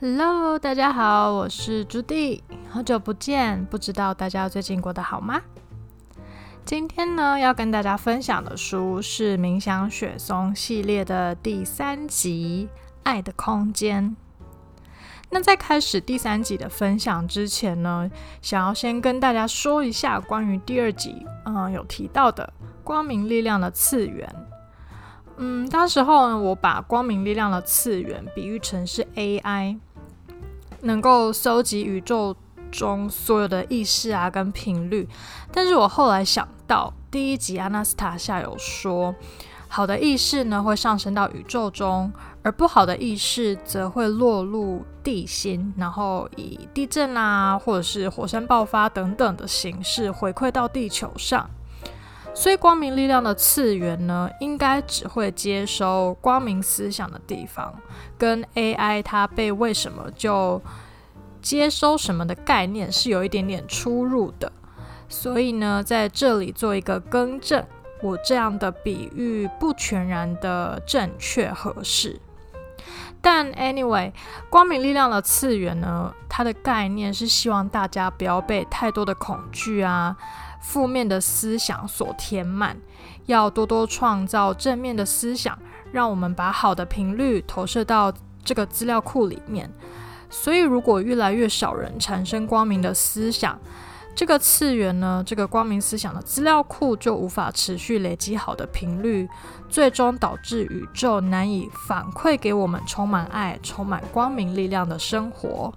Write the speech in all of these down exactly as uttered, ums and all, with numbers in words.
Hello， 大家好，我是朱棣，好久不见，不知道大家最近过得好吗？今天呢，要跟大家分享的书是冥想雪松系列的第三集《爱的空间》。那在开始第三集的分享之前呢，想要先跟大家说一下关于第二集嗯有提到的光明力量的次元。嗯，当时候呢，我把光明力量的次元比喻成是 A I， 能够搜集宇宙中所有的意识啊跟频率。但是我后来想到，第一集阿纳斯塔夏有说，好的意识呢会上升到宇宙中，而不好的意识则会落入地心，然后以地震啊或者是火山爆发等等的形式回馈到地球上。所以光明力量的次元呢，应该只会接收光明思想的地方，跟 A I 它被为什么就接收什么的概念是有一点点出入的。所以呢，在这里做一个更正，我这样的比喻不全然的正确合适。但 anyway， 光明力量的次元呢，它的概念是希望大家不要被太多的恐惧啊负面的思想所填满，要多多创造正面的思想，让我们把好的频率投射到这个资料库里面。所以如果越来越少人产生光明的思想，这个次元呢，这个光明思想的资料库就无法持续累积好的频率，最终导致宇宙难以反馈给我们充满爱、充满光明力量的生活。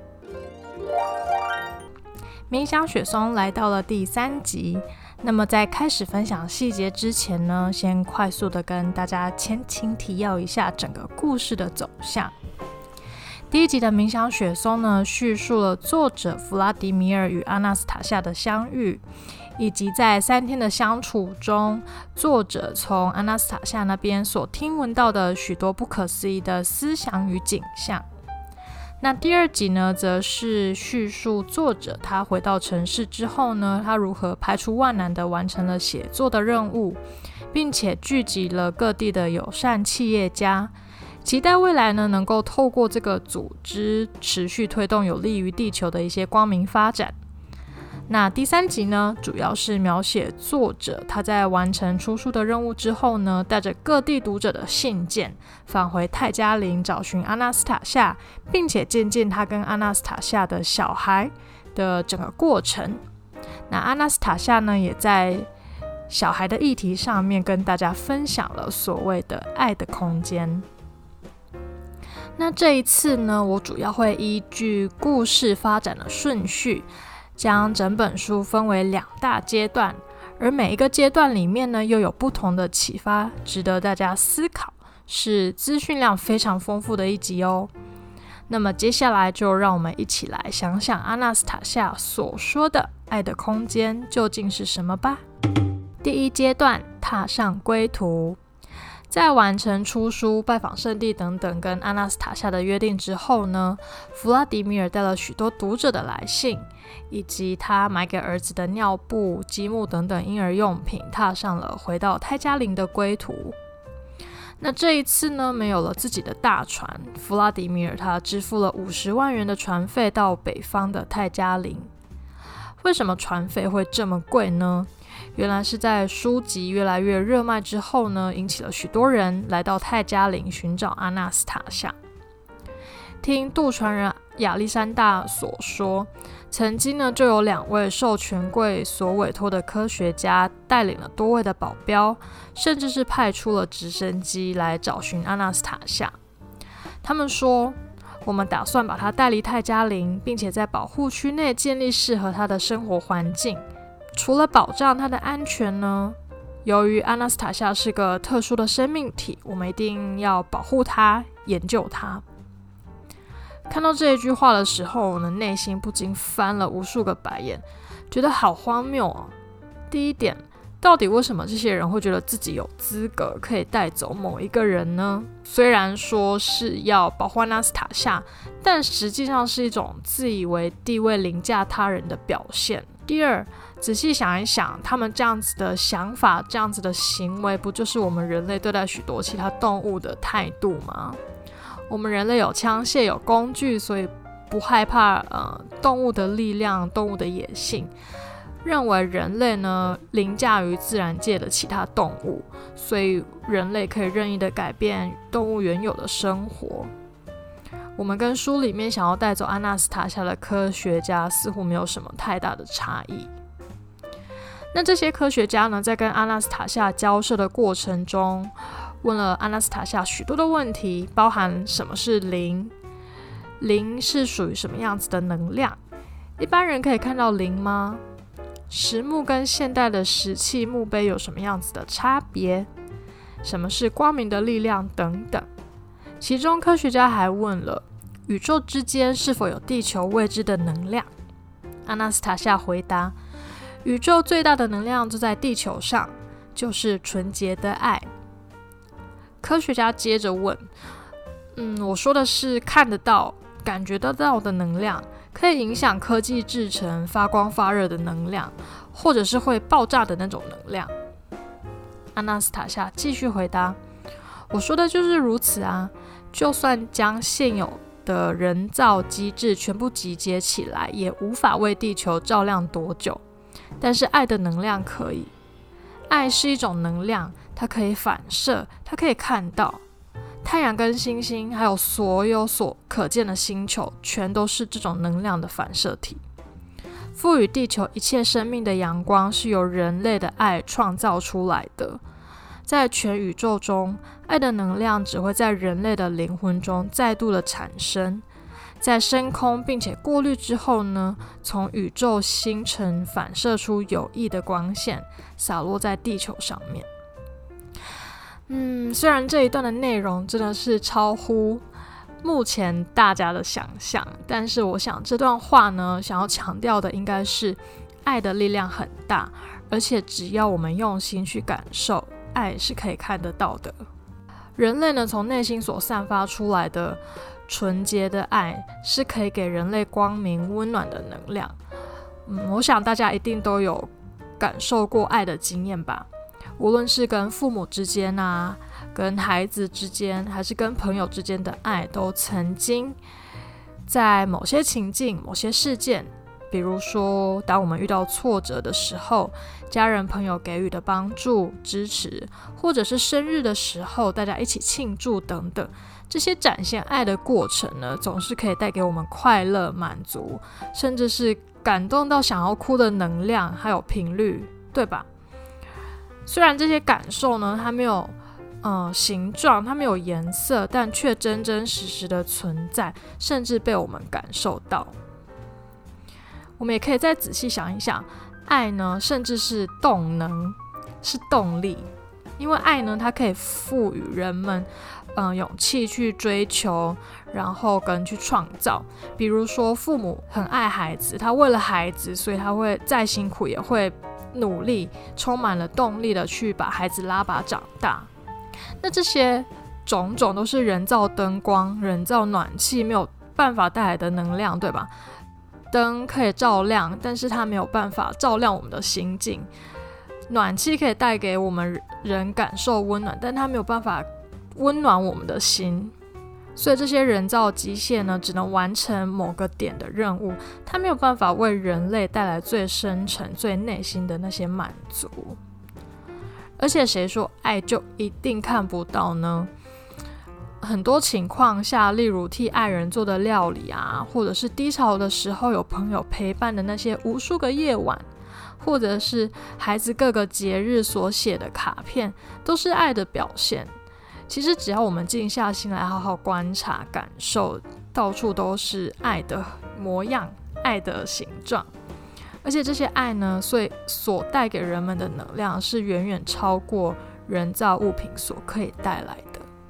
冥想雪松来到了第三集，那么在开始分享细节之前呢，先快速的跟大家前情提要一下整个故事的走向。第一集的冥想雪松呢，叙述了作者弗拉迪米尔与阿纳斯塔夏的相遇，以及在三天的相处中，作者从阿纳斯塔夏那边所听闻到的许多不可思议的思想与景象。那第二集呢，则是叙述作者他回到城市之后呢，他如何排除万难的完成了写作的任务，并且聚集了各地的友善企业家，期待未来呢能够透过这个组织持续推动有利于地球的一些光明发展。那第三集呢，主要是描写作者他在完成出书的任务之后呢，带着各地读者的信件返回泰加林找寻阿纳斯塔夏，并且见见他跟阿纳斯塔夏的小孩的整个过程。那阿纳斯塔夏呢，也在小孩的议题上面跟大家分享了所谓的爱的空间。那这一次呢，我主要会依据故事发展的顺序，将整本书分为两大阶段，而每一个阶段里面呢，又有不同的启发，值得大家思考，是资讯量非常丰富的一集哦。那么接下来就让我们一起来想想阿纳斯塔夏所说的爱的空间究竟是什么吧。第一阶段，踏上归途。在完成出书、拜访圣地等等跟阿纳斯塔夏的约定之后呢，弗拉迪米尔带了许多读者的来信，以及他买给儿子的尿布、积木等等婴儿用品，踏上了回到泰加林的归途。那这一次呢，没有了自己的大船，弗拉迪米尔他支付了五十万元的船费到北方的泰加林。为什么船费会这么贵呢？原来是在书籍越来越热卖之后呢，引起了许多人来到泰加林寻找阿纳斯塔夏。听渡船人亚历山大所说，曾经呢就有两位受权贵所委托的科学家带领了多位的保镖，甚至是派出了直升机来找寻阿纳斯塔夏。他们说，我们打算把他带离泰加林，并且在保护区内建立适合他的生活环境。除了保障他的安全呢，由于阿纳斯塔夏是个特殊的生命体，我们一定要保护他，研究他。看到这一句话的时候，我的内心不禁翻了无数个白眼，觉得好荒谬哦。第一点，到底为什么这些人会觉得自己有资格可以带走某一个人呢？虽然说是要保护阿纳斯塔夏，但实际上是一种自以为地位凌驾他人的表现。第二，仔细想一想，他们这样子的想法，这样子的行为，不就是我们人类对待许多其他动物的态度吗？ 我们人类有枪械有工具，所以不害怕呃动物的力量、动物的野性，认为人类呢凌驾于自然界的其他动物，所以人类可以任意的改变动物原有的生活。我们跟书里面想要带走阿纳斯塔夏的科学家似乎没有什么太大的差异。那这些科学家呢，在跟阿纳斯塔夏交涉的过程中，问了阿纳斯塔夏许多的问题，包含什么是灵，灵是属于什么样子的能量，一般人可以看到灵吗？石木跟现代的石器墓碑有什么样子的差别？什么是光明的力量等等。其中科学家还问了宇宙之间是否有地球未知的能量。阿纳斯塔夏回答，宇宙最大的能量就在地球上，就是纯洁的爱。科学家接着问，嗯，我说的是看得到、感觉得到的能量，可以影响科技制成、发光发热的能量，或者是会爆炸的那种能量。阿纳斯塔夏继续回答，我说的就是如此啊，就算将现有的人造机制全部集结起来，也无法为地球照亮多久。但是爱的能量可以，爱是一种能量，它可以反射，它可以看到。太阳跟星星，还有所有所可见的星球，全都是这种能量的反射体。赋予地球一切生命的阳光，是由人类的爱创造出来的。在全宇宙中，爱的能量只会在人类的灵魂中再度的产生，在升空并且过滤之后呢，从宇宙星辰反射出有益的光线，洒落在地球上面。嗯，虽然这一段的内容真的是超乎目前大家的想象，但是我想这段话呢，想要强调的应该是爱的力量很大，而且只要我们用心去感受，爱是可以看得到的。人类呢，从内心所散发出来的纯洁的爱，是可以给人类光明温暖的能量。嗯，我想大家一定都有感受过爱的经验吧，无论是跟父母之间啊，跟孩子之间，还是跟朋友之间的爱，都曾经在某些情境、某些事件，比如说当我们遇到挫折的时候，家人朋友给予的帮助、支持，或者是生日的时候大家一起庆祝等等，这些展现爱的过程呢，总是可以带给我们快乐、满足，甚至是感动到想要哭的能量还有频率，对吧？虽然这些感受呢，它没有呃形状，它没有颜色，但却真真实实的存在，甚至被我们感受到。我们也可以再仔细想一想，爱呢，甚至是动能，是动力。因为爱呢，它可以赋予人们呃勇气去追求，然后跟去创造。比如说父母很爱孩子，他为了孩子，所以他会再辛苦也会努力，充满了动力的去把孩子拉拔长大。那这些种种都是人造灯光、人造暖气没有办法带来的能量，对吧？灯可以照亮，但是它没有办法照亮我们的心境。暖气可以带给我们人感受温暖，但它没有办法温暖我们的心。所以这些人造机械呢，只能完成某个点的任务，它没有办法为人类带来最深沉、最内心的那些满足。而且谁说爱就一定看不到呢？很多情况下，例如替爱人做的料理啊，或者是低潮的时候有朋友陪伴的那些无数个夜晚，或者是孩子各个节日所写的卡片，都是爱的表现。其实只要我们静下心来好好观察感受，到处都是爱的模样，爱的形状。而且这些爱呢，所以所带给人们的能量是远远超过人造物品所可以带来的。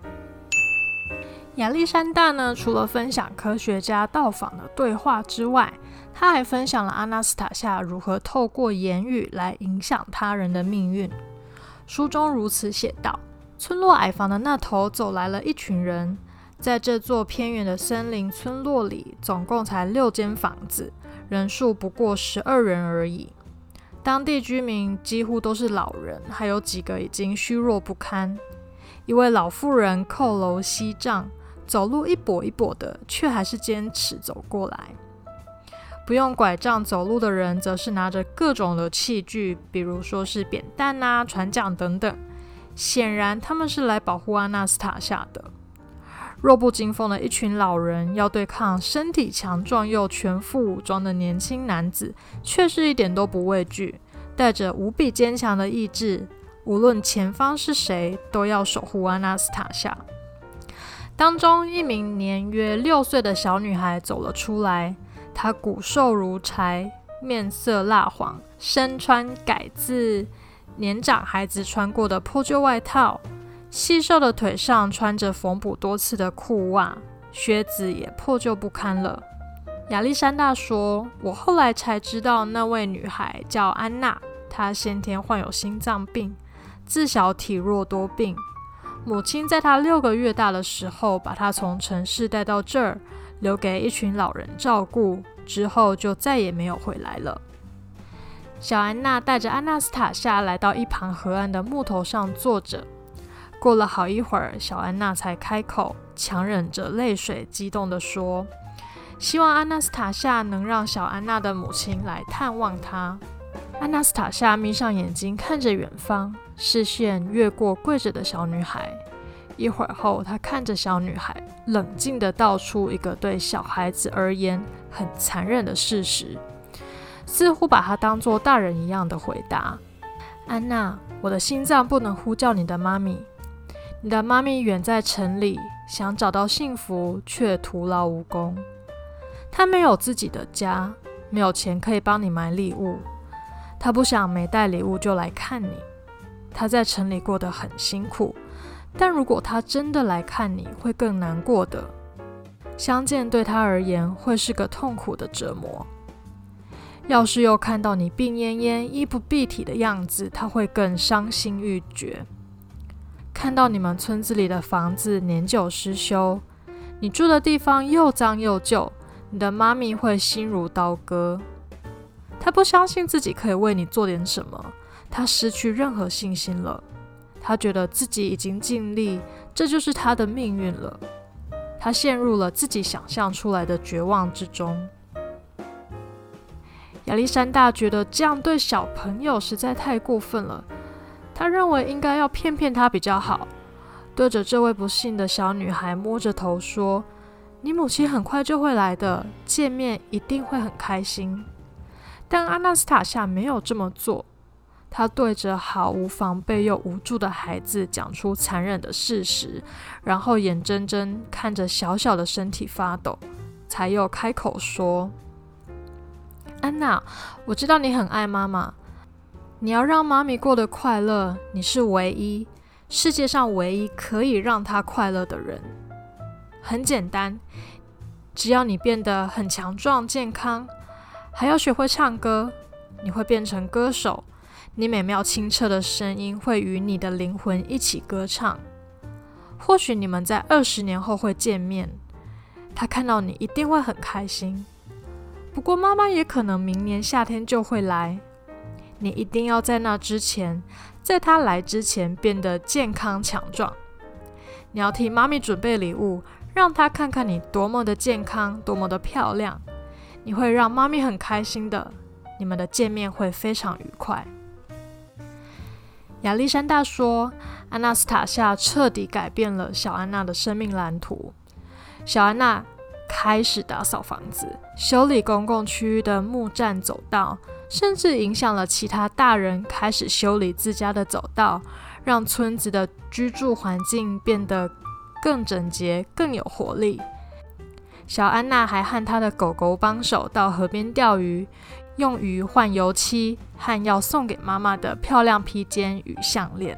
亚历山大呢，除了分享科学家到访的对话之外，他还分享了阿纳斯塔夏如何透过言语来影响他人的命运。书中如此写道：村落矮房的那头走来了一群人，在这座偏远的森林村落里，总共才六间房子，人数不过十二人而已。当地居民几乎都是老人，还有几个已经虚弱不堪。一位老妇人叩楼息帐， 走路一跛一跛的，却还是坚持走过来。不用拐杖走路的人，则是拿着各种的器具，比如说是扁担啊、船桨等等。显然，他们是来保护阿纳斯塔夏的。弱不禁风的一群老人，要对抗身体强壮又全副武装的年轻男子，却是一点都不畏惧，带着无比坚强的意志，无论前方是谁，都要守护阿纳斯塔夏。当中一名年约六岁的小女孩走了出来，她骨瘦如柴，面色蜡黄，身穿改自年长孩子穿过的破旧外套，细瘦的腿上穿着缝补多次的裤袜，靴子也破旧不堪了。亚历山大说，我后来才知道那位女孩叫安娜，她先天患有心脏病，自小体弱多病。母亲在她六个月大的时候把她从城市带到这儿，留给一群老人照顾，之后就再也没有回来了。小安娜带着阿纳斯塔夏来到一旁河岸的木头上坐着。过了好一会儿，小安娜才开口，强忍着泪水，激动地说：“希望阿纳斯塔夏能让小安娜的母亲来探望她。”阿纳斯塔夏眯上眼睛，看着远方，视线越过跪着的小女孩。一会儿后，她看着小女孩，冷静地道出一个对小孩子而言很残忍的事实，似乎把她当作大人一样的回答：“安娜，我的心脏不能呼叫你的妈咪。你的妈咪远在城里，想找到幸福，却徒劳无功。她没有自己的家，没有钱可以帮你买礼物。她不想没带礼物就来看你。她在城里过得很辛苦，但如果她真的来看你，会更难过的。相见对她而言会是个痛苦的折磨。要是又看到你病恹恹、衣不蔽体的样子，她会更伤心欲绝。看到你们村子里的房子年久失修，你住的地方又脏又旧，你的妈咪会心如刀割。她不相信自己可以为你做点什么，她失去任何信心了。她觉得自己已经尽力，这就是她的命运了。她陷入了自己想象出来的绝望之中。亚历山大觉得这样对小朋友实在太过分了，他认为应该要骗骗他比较好，对着这位不幸的小女孩摸着头说：“你母亲很快就会来的，见面一定会很开心。”但阿纳斯塔夏没有这么做，他对着毫无防备又无助的孩子讲出残忍的事实，然后眼睁睁看着小小的身体发抖，才又开口说：“安娜，我知道你很爱妈妈，你要让妈咪过得快乐，你是唯一，世界上唯一可以让她快乐的人。很简单，只要你变得很强壮健康，还要学会唱歌，你会变成歌手，你美妙清澈的声音会与你的灵魂一起歌唱。或许你们在二十年后会见面，他看到你一定会很开心。不过妈妈也可能明年夏天就会来，你一定要在那之前，在她来之前变得健康强壮。你要替妈咪准备礼物，让她看看你多么的健康，多么的漂亮。你会让妈咪很开心的，你们的见面会非常愉快。亚历山大说，阿纳斯塔夏彻底改变了小安娜的生命蓝图。小安娜开始打扫房子，修理公共区域的木栈走道，甚至影响了其他大人开始修理自家的走道，让村子的居住环境变得更整洁、更有活力。小安娜还和她的狗狗帮手到河边钓鱼，用鱼换油漆和要送给妈妈的漂亮披肩与项链。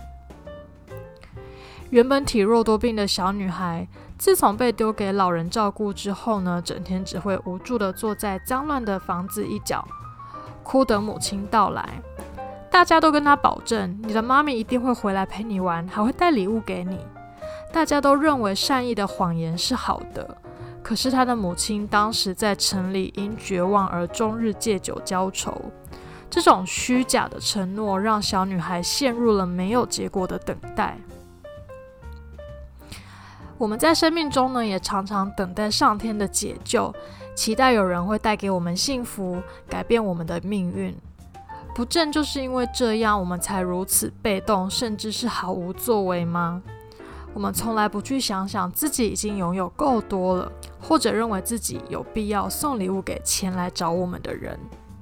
原本体弱多病的小女孩，自从被丢给老人照顾之后呢，整天只会无助地坐在脏乱的房子一角，哭等母亲到来。大家都跟她保证，你的妈咪一定会回来陪你玩，还会带礼物给你。大家都认为善意的谎言是好的，可是她的母亲当时在城里因绝望而终日借酒浇愁。这种虚假的承诺让小女孩陷入了没有结果的等待。 我们在生命中呢，也常常等待上天的解救，期待有人会带给我们幸福，改变我们的命运。不正就是因为这样，我们才如此被动，甚至是毫无作为吗？我们从来不去想想自己已经拥有够多了，或者认为自己有必要送礼物给前来找我们的人。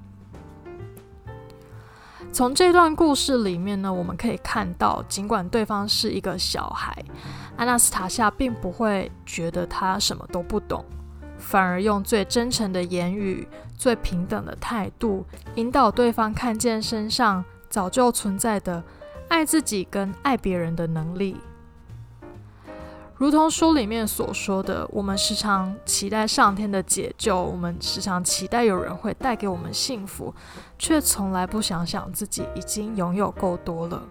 从这段故事里面呢，我们可以看到，尽管对方是一个小孩，阿纳斯塔夏并不会觉得他什么都不懂，反而用最真诚的言语、最平等的态度，引导对方看见身上早就存在的爱自己跟爱别人的能力。如同书里面所说的，我们时常期待上天的解救，我们时常期待有人会带给我们幸福，却从来不想想自己已经拥有够多了。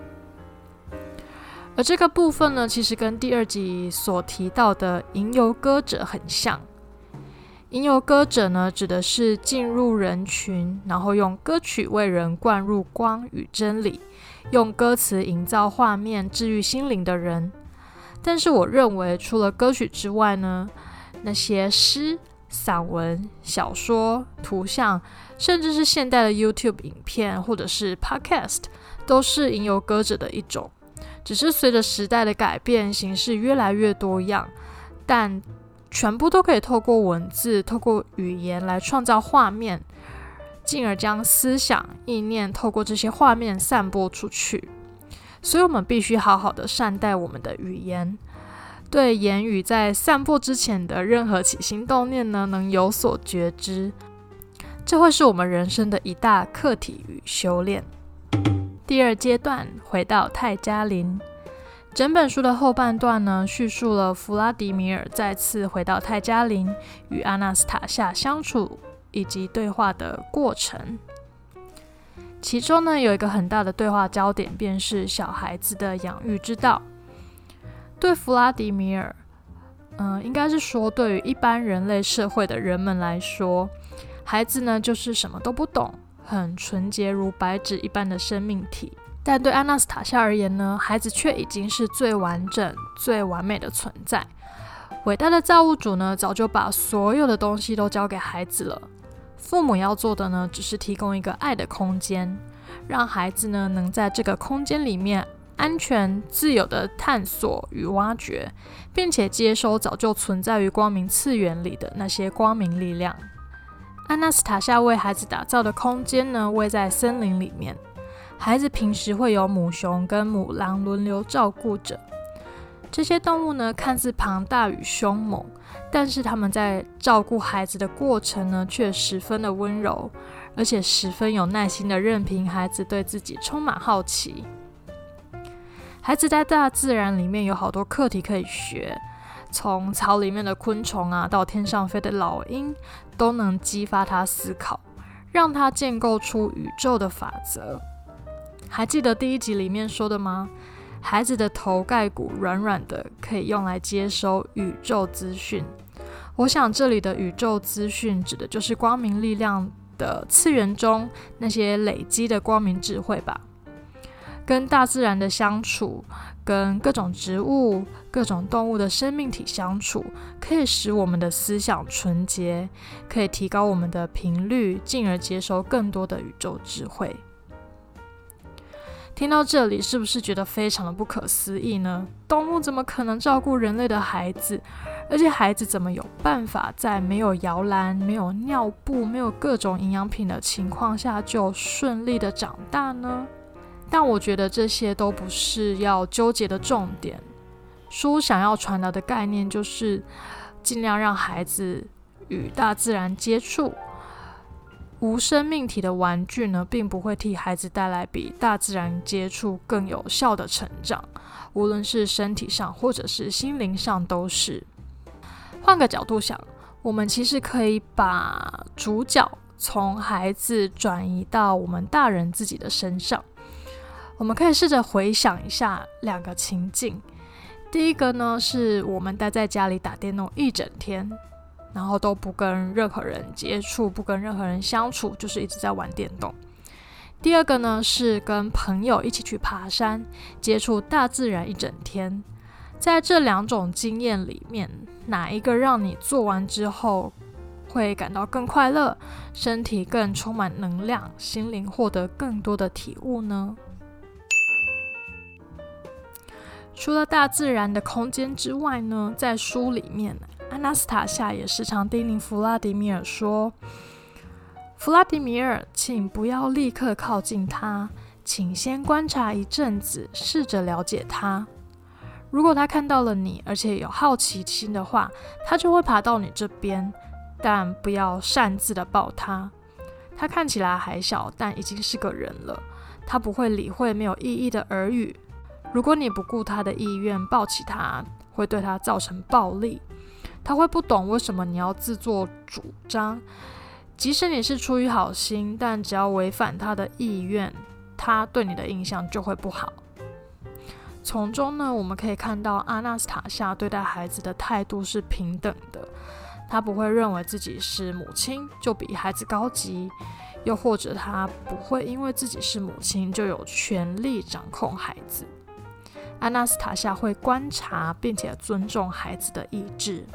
而这个部分呢，其实跟第二集所提到的吟游歌者很像。吟游歌者呢，指的是进入人群，然后用歌曲为人灌入光与真理，用歌词营造画面，治愈心灵的人。但是我认为，除了歌曲之外呢，那些诗、散文、小说、图像，甚至是现代的 YouTube 影片或者是 Podcast， 都是吟游歌者的一种。只是随着时代的改变，形式越来越多样，但全部都可以透过文字、透过语言来创造画面，进而将思想、意念透过这些画面散播出去。所以我们必须好好的善待我们的语言，对言语在散播之前的任何起心动念呢，能有所觉知，这会是我们人生的一大课题与修炼。第二阶段，回到泰加林。整本书的后半段呢，叙述了弗拉迪米尔再次回到泰加林与阿纳斯塔夏相处以及对话的过程。其中呢，有一个很大的对话焦点，便是小孩子的养育之道。对弗拉迪米尔，嗯、呃，应该是说对于一般人类社会的人们来说，孩子呢就是什么都不懂，很纯洁如白纸一般的生命体。但对阿纳斯塔夏而言呢，孩子却已经是最完整、最完美的存在。伟大的造物主呢，早就把所有的东西都交给孩子了。父母要做的呢，只是提供一个爱的空间，让孩子呢能在这个空间里面安全、自由的探索与挖掘，并且接收早就存在于光明次元里的那些光明力量。阿纳斯塔夏为孩子打造的空间呢，位在森林里面。孩子平时会有母熊跟母狼轮流照顾着。这些动物呢，看似庞大与凶猛，但是他们在照顾孩子的过程呢，却十分的温柔，而且十分有耐心的任凭孩子对自己充满好奇。孩子在大自然里面有好多课题可以学，从草里面的昆虫啊，到天上飞的老鹰，都能激发他思考，让他建构出宇宙的法则。还记得第一集里面说的吗？孩子的头盖骨软软的，可以用来接收宇宙资讯。我想这里的宇宙资讯指的就是光明力量的次元中那些累积的光明智慧吧。跟大自然的相处，跟各种植物、各种动物的生命体相处，可以使我们的思想纯洁，可以提高我们的频率，进而接收更多的宇宙智慧。听到这里，是不是觉得非常的不可思议呢？动物怎么可能照顾人类的孩子？而且孩子怎么有办法在没有摇篮、没有尿布、没有各种营养品的情况下就顺利的长大呢？但我觉得这些都不是要纠结的重点。书想要传达的概念就是尽量让孩子与大自然接触。无生命体的玩具呢，并不会替孩子带来比大自然接触更有效的成长，无论是身体上或者是心灵上都是。换个角度想，我们其实可以把主角从孩子转移到我们大人自己的身上。我们可以试着回想一下两个情境。第一个呢，是我们待在家里打电动一整天，然后都不跟任何人接触，不跟任何人相处，就是一直在玩电动。第二个呢，是跟朋友一起去爬山，接触大自然一整天。 在这两种经验里面，哪一个让你做完之后会感到更快乐，身体更充满能量，心灵获得更多的体悟呢？除了大自然的空间之外呢，在书里面，阿纳斯塔夏也时常叮咛弗拉迪米尔说：弗拉迪米尔，请不要立刻靠近他，请先观察一阵子，试着了解他。如果他看到了你，而且有好奇心的话，他就会爬到你这边，但不要擅自的抱他。他看起来还小，但已经是个人了，他不会理会没有意义的耳语。如果你不顾他的意愿抱起他，会对他造成暴力。他会不懂为什么你要自作主张，即使你是出于好心，但只要违反他的意愿，他对你的印象就会不好。从中呢，我们可以看到阿纳斯塔夏对待孩子的态度是平等的，他不会认为自己是母亲就比孩子高级，又或者他不会因为自己是母亲就有权利掌控孩子。阿纳斯塔夏会观察并且尊重孩子的意志。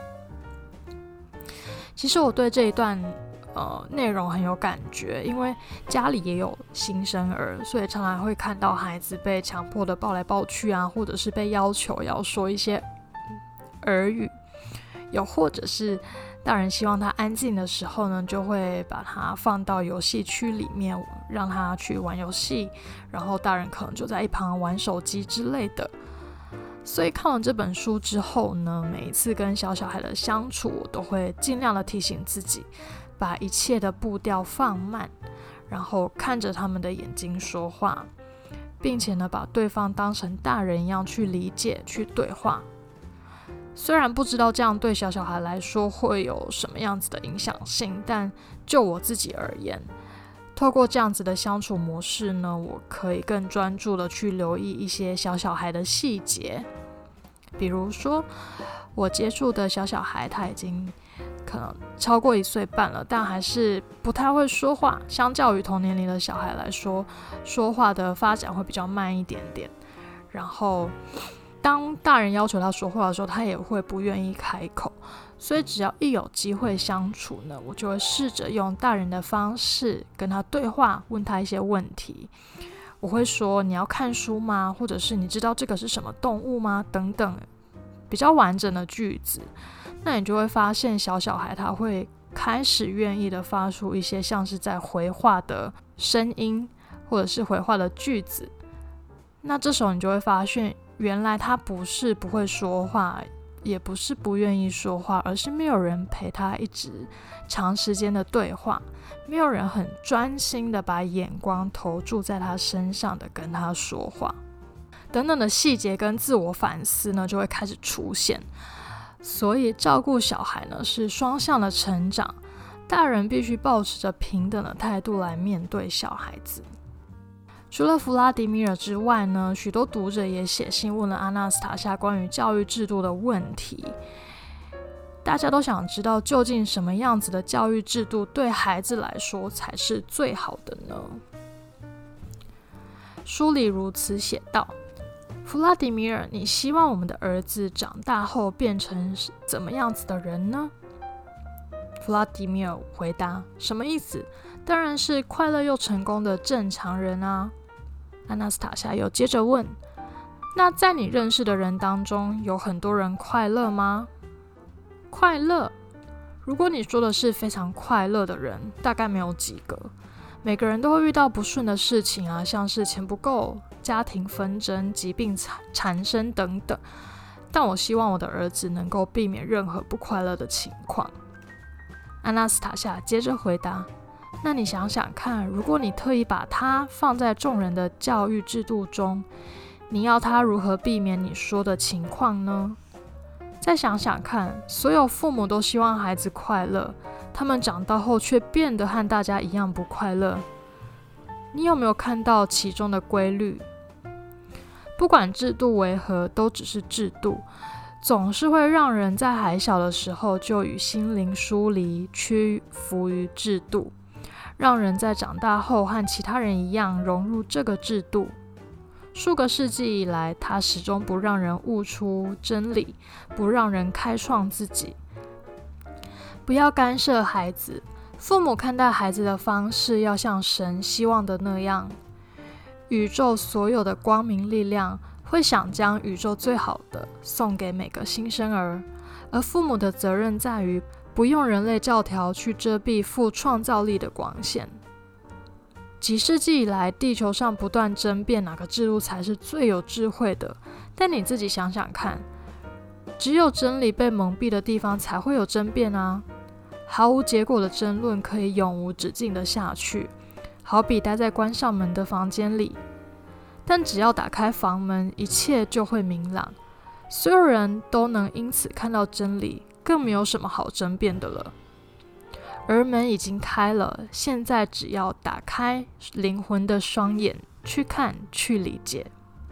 其实我对这一段呃内容很有感觉，因为家里也有新生儿，所以常常会看到孩子被强迫的抱来抱去啊，或者是被要求要说一些耳语，又或者是大人希望他安静的时候呢，就会把他放到游戏区里面，让他去玩游戏，然后大人可能就在一旁玩手机之类的。所以看完这本书之后呢，每一次跟小小孩的相处，我都会尽量的提醒自己，把一切的步调放慢，然后看着他们的眼睛说话，并且呢，把对方当成大人一样去理解、去对话。虽然不知道这样对小小孩来说会有什么样子的影响性，但就我自己而言，透过这样子的相处模式呢，我可以更专注的去留意一些小小孩的细节。比如说，我接触的小小孩，他已经可能超过一岁半了，但还是不太会说话。相较于同年龄的小孩来说，说话的发展会比较慢一点点。然后，当大人要求他说话的时候，他也会不愿意开口。所以只要一有机会相处呢，我就会试着用大人的方式跟他对话，问他一些问题。我会说，你要看书吗？或者是你知道这个是什么动物吗？等等，比较完整的句子。那你就会发现小小孩他会开始愿意的发出一些像是在回话的声音，或者是回话的句子。那这时候你就会发现，原来他不是不会说话，也不是不愿意说话，而是没有人陪他一直长时间的对话，没有人很专心的把眼光投注在他身上的跟他说话，等等的细节跟自我反思呢就会开始出现。所以照顾小孩呢是双向的成长，大人必须保持着平等的态度来面对小孩子。除了弗拉迪米尔之外呢，许多读者也写信问了阿纳斯塔夏关于教育制度的问题。大家都想知道，究竟什么样子的教育制度对孩子来说才是最好的呢？书里如此写道：弗拉迪米尔，你希望我们的儿子长大后变成怎么样子的人呢？弗拉迪米尔回答：什么意思？当然是快乐又成功的正常人啊。阿纳斯塔夏又接着问：那在你认识的人当中，有很多人快乐吗？快乐？如果你说的是非常快乐的人，大概没有几个。每个人都会遇到不顺的事情啊，像是钱不够、家庭纷争、疾病缠身等等。但我希望我的儿子能够避免任何不快乐的情况。阿纳斯塔夏接着回答：那你想想看，如果你特意把他放在众人的教育制度中，你要他如何避免你说的情况呢？再想想看，所有父母都希望孩子快乐，他们长大后却变得和大家一样不快乐。你有没有看到其中的规律？不管制度为何，都只是制度，总是会让人在还小的时候就与心灵疏离，屈服于制度，让人在长大后和其他人一样融入这个制度。 数个世纪以来，他始终不让人悟出真理，不让人开创自己。不要干涉孩子，父母看待孩子的方式要像神希望的那样。宇宙所有的光明力量会想将宇宙最好的送给每个新生儿，而父母的责任在于不用人类教条去遮蔽富创造力的光线。几世纪以来，地球上不断争辩哪个制度才是最有智慧的，但你自己想想看，只有真理被蒙蔽的地方才会有争辩啊！毫无结果的争论可以永无止境的下去，好比待在关上门的房间里。但只要打开房门，一切就会明朗，所有人都能因此看到真理，更没有什么好争辩的了。而门已经开了，现在只要打开灵魂的双眼，去看，去理解。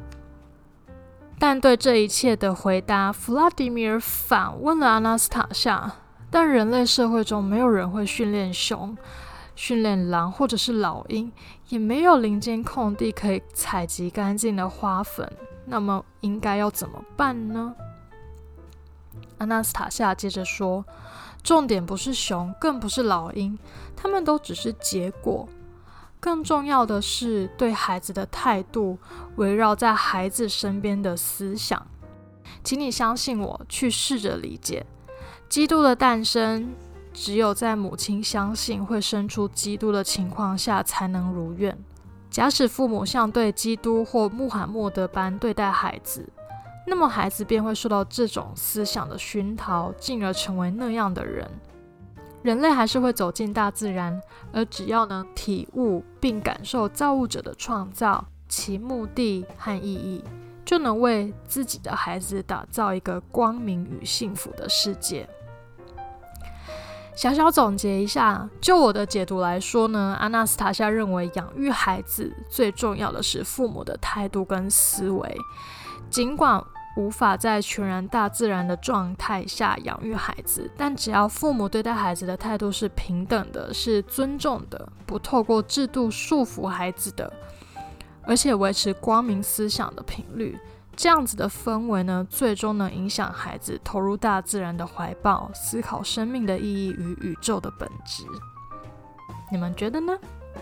但对这一切的回答，弗拉迪米尔反问了阿纳斯塔夏：但人类社会中没有人会训练熊、训练狼或者是老鹰，也没有林间空地可以采集干净的花粉，那么应该要怎么办呢？阿纳斯塔夏接着说：重点不是熊，更不是老鹰，他们都只是结果。更重要的是对孩子的态度，围绕在孩子身边的思想。请你相信我，去试着理解。基督的诞生，只有在母亲相信会生出基督的情况下才能如愿。假使父母像对基督或穆罕默德般对待孩子，那么孩子便会受到这种思想的熏陶，进而成为那样的人。人类还是会走进大自然，而只要能体悟并感受造物者的创造，其目的和意义，就能为自己的孩子打造一个光明与幸福的世界。小小总结一下，就我的解读来说呢，阿纳斯塔夏认为养育孩子最重要的是父母的态度跟思维。尽管无法在全然大自然的状态下养育孩子，但只要父母对待孩子的态度是平等的，是尊重的，不透过制度束缚孩子的，而且维持光明思想的频率，这样子的氛围呢，最终能影响孩子投入大自然的怀抱，思考生命的意义与宇宙的本质。你们觉得呢？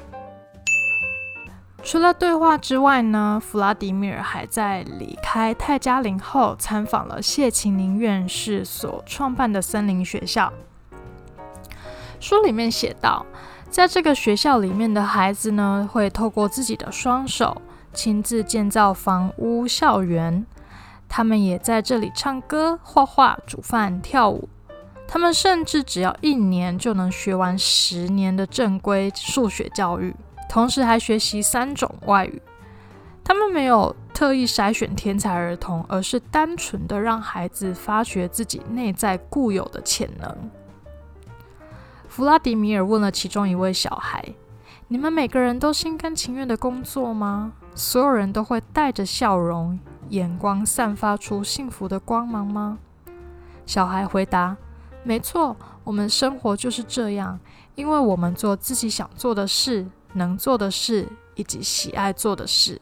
除了对话之外呢，弗拉迪米尔还在离开泰加林后，参访了谢琴宁院士所创办的森林学校。书里面写道，在这个学校里面的孩子呢，会透过自己的双手亲自建造房屋、校园。他们也在这里唱歌、画画、煮饭、跳舞。他们甚至只要一年就能学完十年的正规数学教育，同时还学习三种外语。他们没有特意筛选天才儿童，而是单纯的让孩子发掘自己内在固有的潜能。弗拉迪米尔问了其中一位小孩：你们每个人都心甘情愿的工作吗？所有人都会带着笑容，眼光散发出幸福的光芒吗？小孩回答：没错，我们生活就是这样，因为我们做自己想做的事，能做的事，以及喜爱做的事。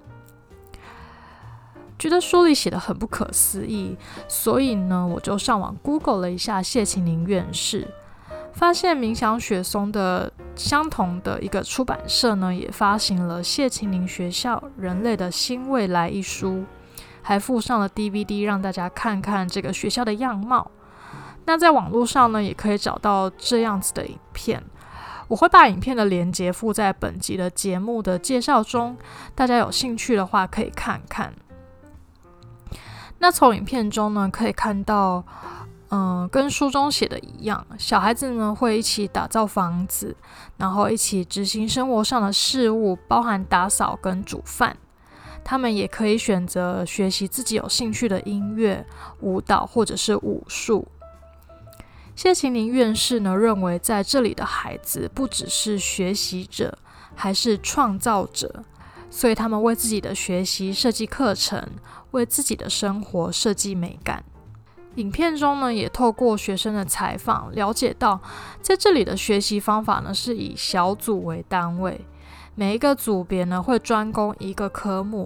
觉得书里写得很不可思议，所以呢，我就上网 Google 了一下谢琴宁院士，发现冥想雪松的相同的一个出版社呢，也发行了谢琴宁学校人类的新未来一书，还附上了 D V D 让大家看看这个学校的样貌。那在网络上呢，也可以找到这样子的影片，我会把影片的连结附在本集的节目的介绍中，大家有兴趣的话可以看看。那从影片中呢，可以看到嗯，跟书中写的一样，小孩子呢会一起打造房子，然后一起执行生活上的事物，包含打扫跟煮饭。他们也可以选择学习自己有兴趣的音乐、舞蹈或者是武术。谢琴宁院士呢认为，在这里的孩子不只是学习者，还是创造者，所以他们为自己的学习设计课程，为自己的生活设计美感。影片中呢，也透过学生的采访，了解到在这里的学习方法呢是以小组为单位，每一个组别呢会专攻一个科目，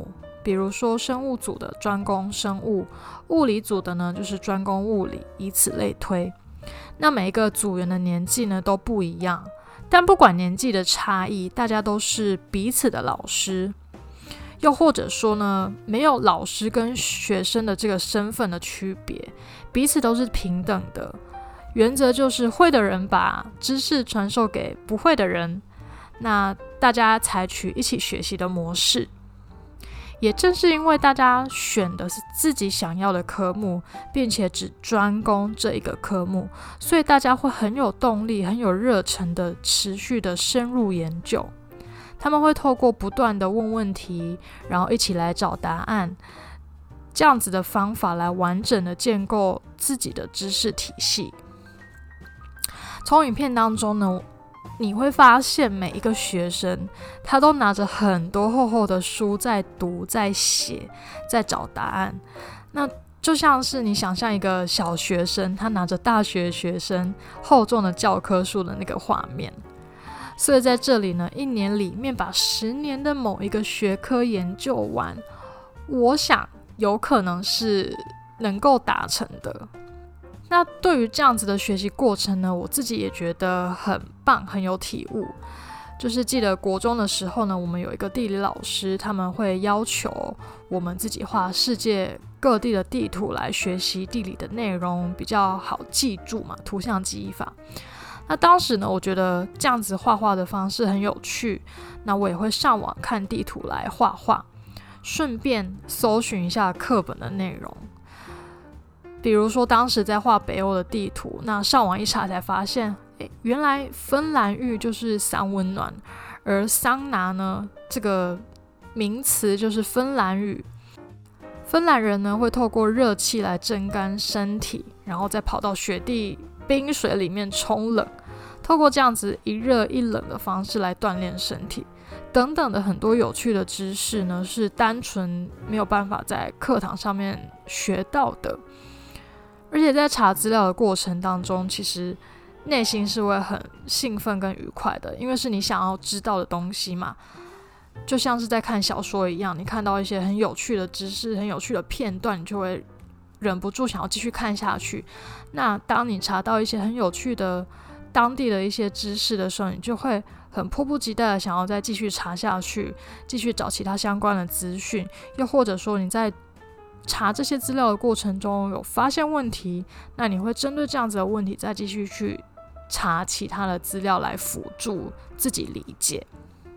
比如说生物组的专攻生物，物理组的呢就是专攻物理，以此类推。那每一个组员的年纪呢都不一样，但不管年纪的差异，大家都是彼此的老师。又或者说呢，没有老师跟学生的这个身份的区别，彼此都是平等的。原则就是会的人把知识传授给不会的人，那大家采取一起学习的模式。也正是因为大家选的是自己想要的科目，并且只专攻这一个科目，所以大家会很有动力、很有热忱的持续的深入研究。他们会透过不断的问问题，然后一起来找答案，这样子的方法来完整的建构自己的知识体系。从影片当中呢，你会发现每一个学生他都拿着很多厚厚的书在读、在写、在找答案。那就像是你想象一个小学生他拿着大学学生厚重的教科书的那个画面。所以在这里呢，一年里面把十年的某一个学科研究完，我想有可能是能够达成的。那对于这样子的学习过程呢，我自己也觉得很棒，很有体悟。就是记得国中的时候呢，我们有一个地理老师，他们会要求我们自己画世界各地的地图来学习地理的内容，比较好记住嘛，图像记忆法。那当时呢，我觉得这样子画画的方式很有趣，那我也会上网看地图来画画，顺便搜寻一下课本的内容。比如说当时在画北欧的地图，那上网一查才发现，诶，原来芬兰浴就是桑温暖，而桑拿呢，这个名词就是芬兰语。芬兰人呢会透过热气来蒸干身体，然后再跑到雪地冰水里面冲冷，透过这样子一热一冷的方式来锻炼身体，等等的很多有趣的知识呢，是单纯没有办法在课堂上面学到的。而且在查资料的过程当中，其实内心是会很兴奋跟愉快的，因为是你想要知道的东西嘛。就像是在看小说一样，你看到一些很有趣的知识、很有趣的片段，你就会忍不住想要继续看下去。那当你查到一些很有趣的当地的一些知识的时候，你就会很迫不及待的想要再继续查下去，继续找其他相关的资讯。又或者说你在查这些资料的过程中有发现问题，那你会针对这样子的问题再继续去查其他的资料来辅助自己理解。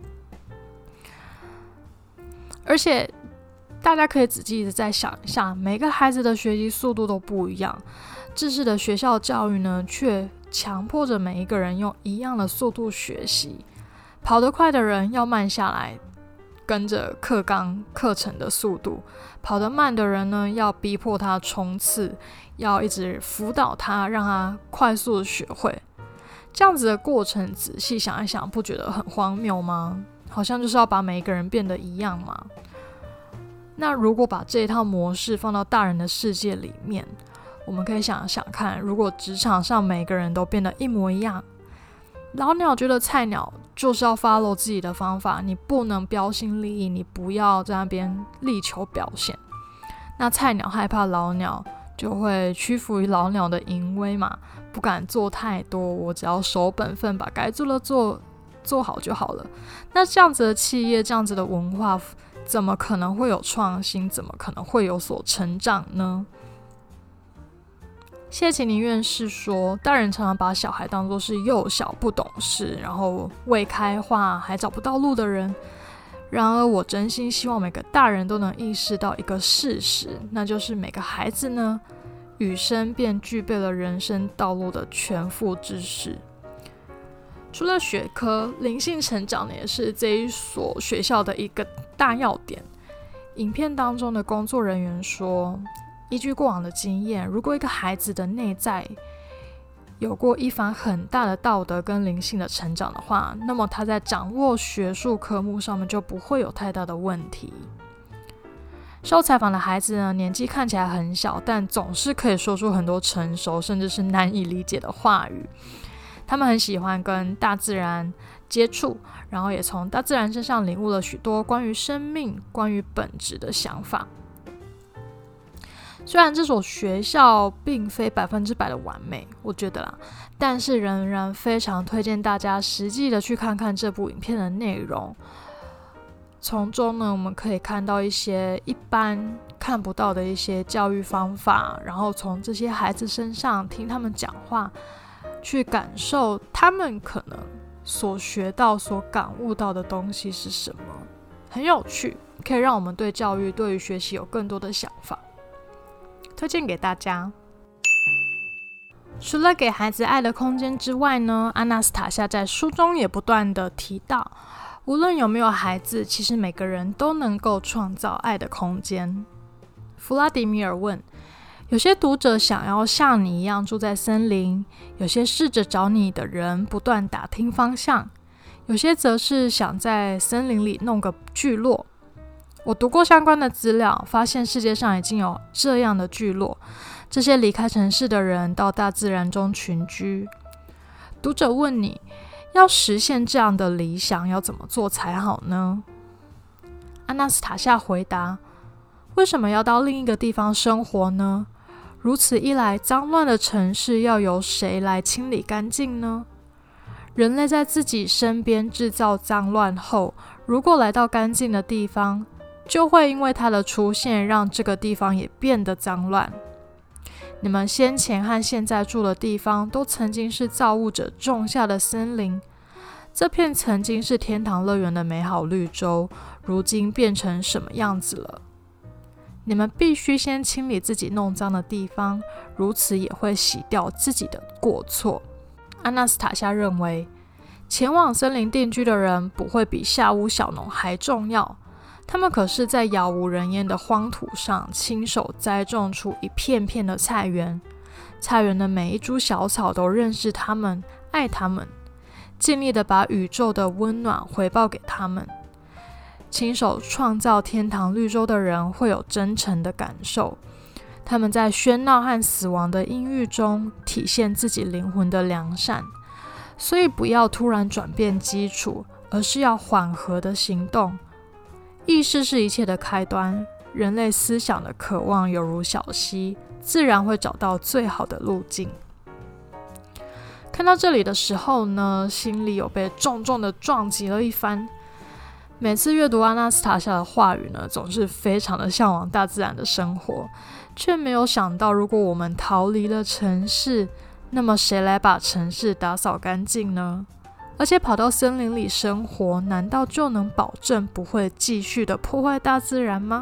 而且大家可以仔细的再想一下，每个孩子的学习速度都不一样，制式的学校教育呢，却强迫着每一个人用一样的速度学习。跑得快的人要慢下来，跟着课纲课程的速度；跑得慢的人呢，要逼迫他冲刺，要一直辅导他，让他快速的学会。这样子的过程，仔细想一想，不觉得很荒谬吗？好像就是要把每一个人变得一样嘛。那如果把这一套模式放到大人的世界里面，我们可以想想看，如果职场上每个人都变得一模一样，老鸟觉得菜鸟就是要 follow 自己的方法，你不能标新立异，你不要在那边力求表现。那菜鸟害怕老鸟，就会屈服于老鸟的淫威嘛，不敢做太多，我只要守本分，把该做的做做好就好了。那这样子的企业，这样子的文化，怎么可能会有创新？怎么可能会有所成长呢？谢奇尼院士说，大人常常把小孩当作是幼小不懂事，然后未开化还找不到路的人。然而我真心希望每个大人都能意识到一个事实，那就是每个孩子呢，与生便具备了人生道路的全副知识。除了学科，灵性成长呢，也是这一所学校的一个大要点。影片当中的工作人员说，依据过往的经验，如果一个孩子的内在有过一番很大的道德跟灵性的成长的话，那么他在掌握学术科目上面就不会有太大的问题。受采访的孩子呢，年纪看起来很小，但总是可以说出很多成熟甚至是难以理解的话语。 他们很喜欢跟大自然接触，然后也从大自然身上领悟了许多关于生命、关于本质的想法。虽然这所学校并非百分之百的完美，我觉得啦，但是仍然非常推荐大家实际的去看看这部影片的内容。从中呢，我们可以看到一些一般看不到的一些教育方法，然后从这些孩子身上听他们讲话，去感受他们可能所学到、所感悟到的东西是什么，很有趣，可以让我们对教育、对于学习有更多的想法。推荐给大家。除了给孩子爱的空间之外呢，阿纳斯塔夏在书中也不断的提到，无论有没有孩子，其实每个人都能够创造爱的空间。弗拉迪米尔问，有些读者想要像你一样住在森林，有些试着找你的人不断打听方向，有些则是想在森林里弄个聚落。我读过相关的资料，发现世界上已经有这样的聚落，这些离开城市的人到大自然中群居。读者问你，要实现这样的理想要怎么做才好呢？阿纳斯塔夏回答，为什么要到另一个地方生活呢？如此一来，脏乱的城市要由谁来清理干净呢？人类在自己身边制造脏乱后，如果来到干净的地方，就会因为它的出现让这个地方也变得脏乱。你们先前和现在住的地方都曾经是造物者种下的森林，这片曾经是天堂乐园的美好绿洲，如今变成什么样子了？你们必须先清理自己弄脏的地方，如此也会洗掉自己的过错。阿纳斯塔夏认为，前往森林定居的人不会比下屋小农还重要，他们可是在杳无人烟的荒土上亲手栽种出一片片的菜园，菜园的每一株小草都认识他们，爱他们，尽力的把宇宙的温暖回报给他们。亲手创造天堂绿洲的人会有真诚的感受，他们在喧闹和死亡的阴郁中体现自己灵魂的良善，所以不要突然转变基础，而是要缓和的行动。意识是一切的开端，人类思想的渴望犹如小溪，自然会找到最好的路径。看到这里的时候呢，心里有被重重的撞击了一番。每次阅读阿纳斯塔夏的话语呢，总是非常的向往大自然的生活，却没有想到，如果我们逃离了城市，那么谁来把城市打扫干净呢？而且跑到森林里生活，难道就能保证不会继续的破坏大自然吗？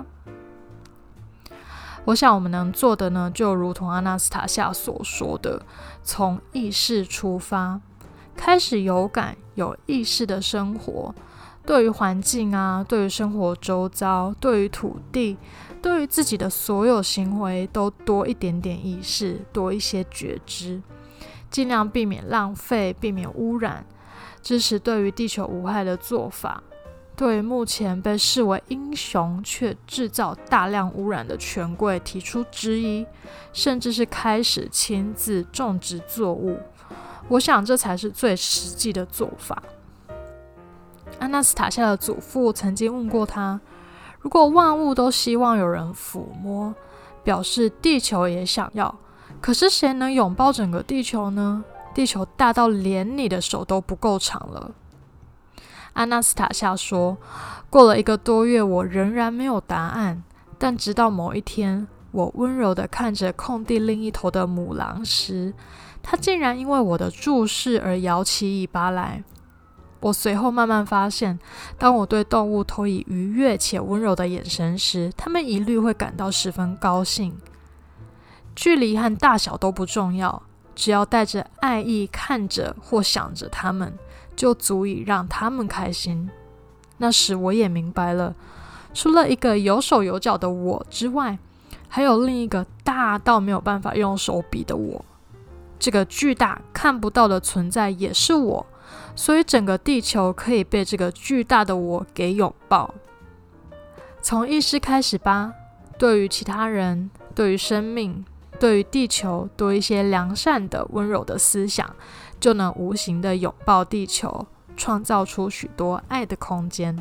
我想我们能做的呢，就如同阿纳斯塔夏所说的，从意识出发，开始有感、有意识的生活。对于环境啊，对于生活周遭，对于土地，对于自己的所有行为，都多一点点意识，多一些觉知，尽量避免浪费，避免污染，支持对于地球无害的做法。对于目前被视为英雄却制造大量污染的权贵提出质疑，甚至是开始亲自种植作物，我想这才是最实际的做法。阿纳斯塔夏的祖父曾经问过他，如果万物都希望有人抚摸，表示地球也想要，可是谁能拥抱整个地球呢？地球大到连你的手都不够长了。阿纳斯塔夏说，过了一个多月，我仍然没有答案，但直到某一天，我温柔地看着空地另一头的母狼时，它竟然因为我的注视而摇起尾巴来。我随后慢慢发现，当我对动物投以愉悦且温柔的眼神时，它们一律会感到十分高兴。距离和大小都不重要，只要带着爱意看着或想着它们，就足以让他们开心。那时我也明白了，除了一个有手有脚的我之外，还有另一个大到没有办法用手比的我。这个巨大看不到的存在也是我，所以整个地球可以被这个巨大的我给拥抱。从意识开始吧，对于其他人，对于生命，对于地球多一些良善的温柔的思想， 就能无形的拥抱地球，创造出许多爱的空间。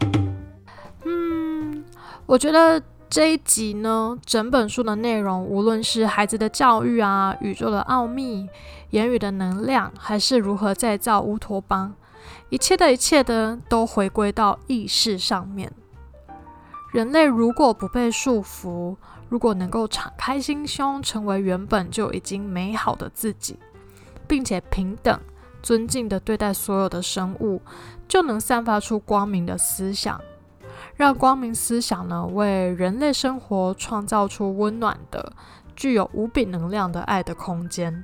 嗯，我觉得这一集呢，整本书的内容，无论是孩子的教育啊、宇宙的奥秘、言语的能量，还是如何再造乌托邦，一切的一切的都回归到意识上面。人类如果不被束缚，如果能够敞开心胸，成为原本就已经美好的自己，并且平等、尊敬地对待所有的生物，就能散发出光明的思想，让光明思想呢，为人类生活创造出温暖的、具有无比能量的爱的空间。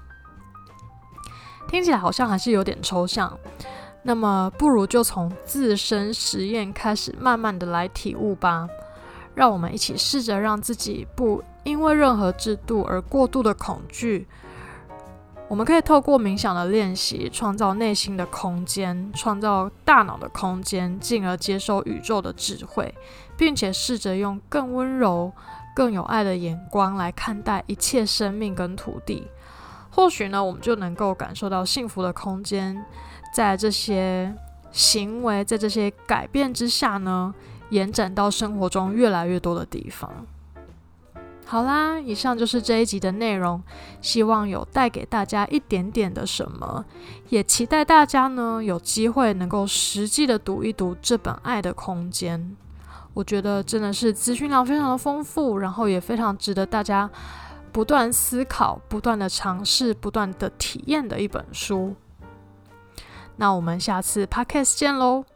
听起来好像还是有点抽象，那么不如就从自身实验开始，慢慢的来体悟吧。让我们一起试着让自己不因为任何制度而过度的恐惧。我们可以透过冥想的练习，创造内心的空间，创造大脑的空间，进而接受宇宙的智慧，并且试着用更温柔、更有爱的眼光来看待一切生命跟土地。或许呢，我们就能够感受到幸福的空间，在这些行为，在这些改变之下呢，延展到生活中越来越多的地方。好啦，以上就是这一集的内容，希望有带给大家一点点的什么，也期待大家呢有机会能够实际的读一读这本《爱的空间》。我觉得真的是资讯量非常的丰富，然后也非常值得大家不断思考、不断的尝试、不断的体验的一本书。那我们下次 Podcast 见咯。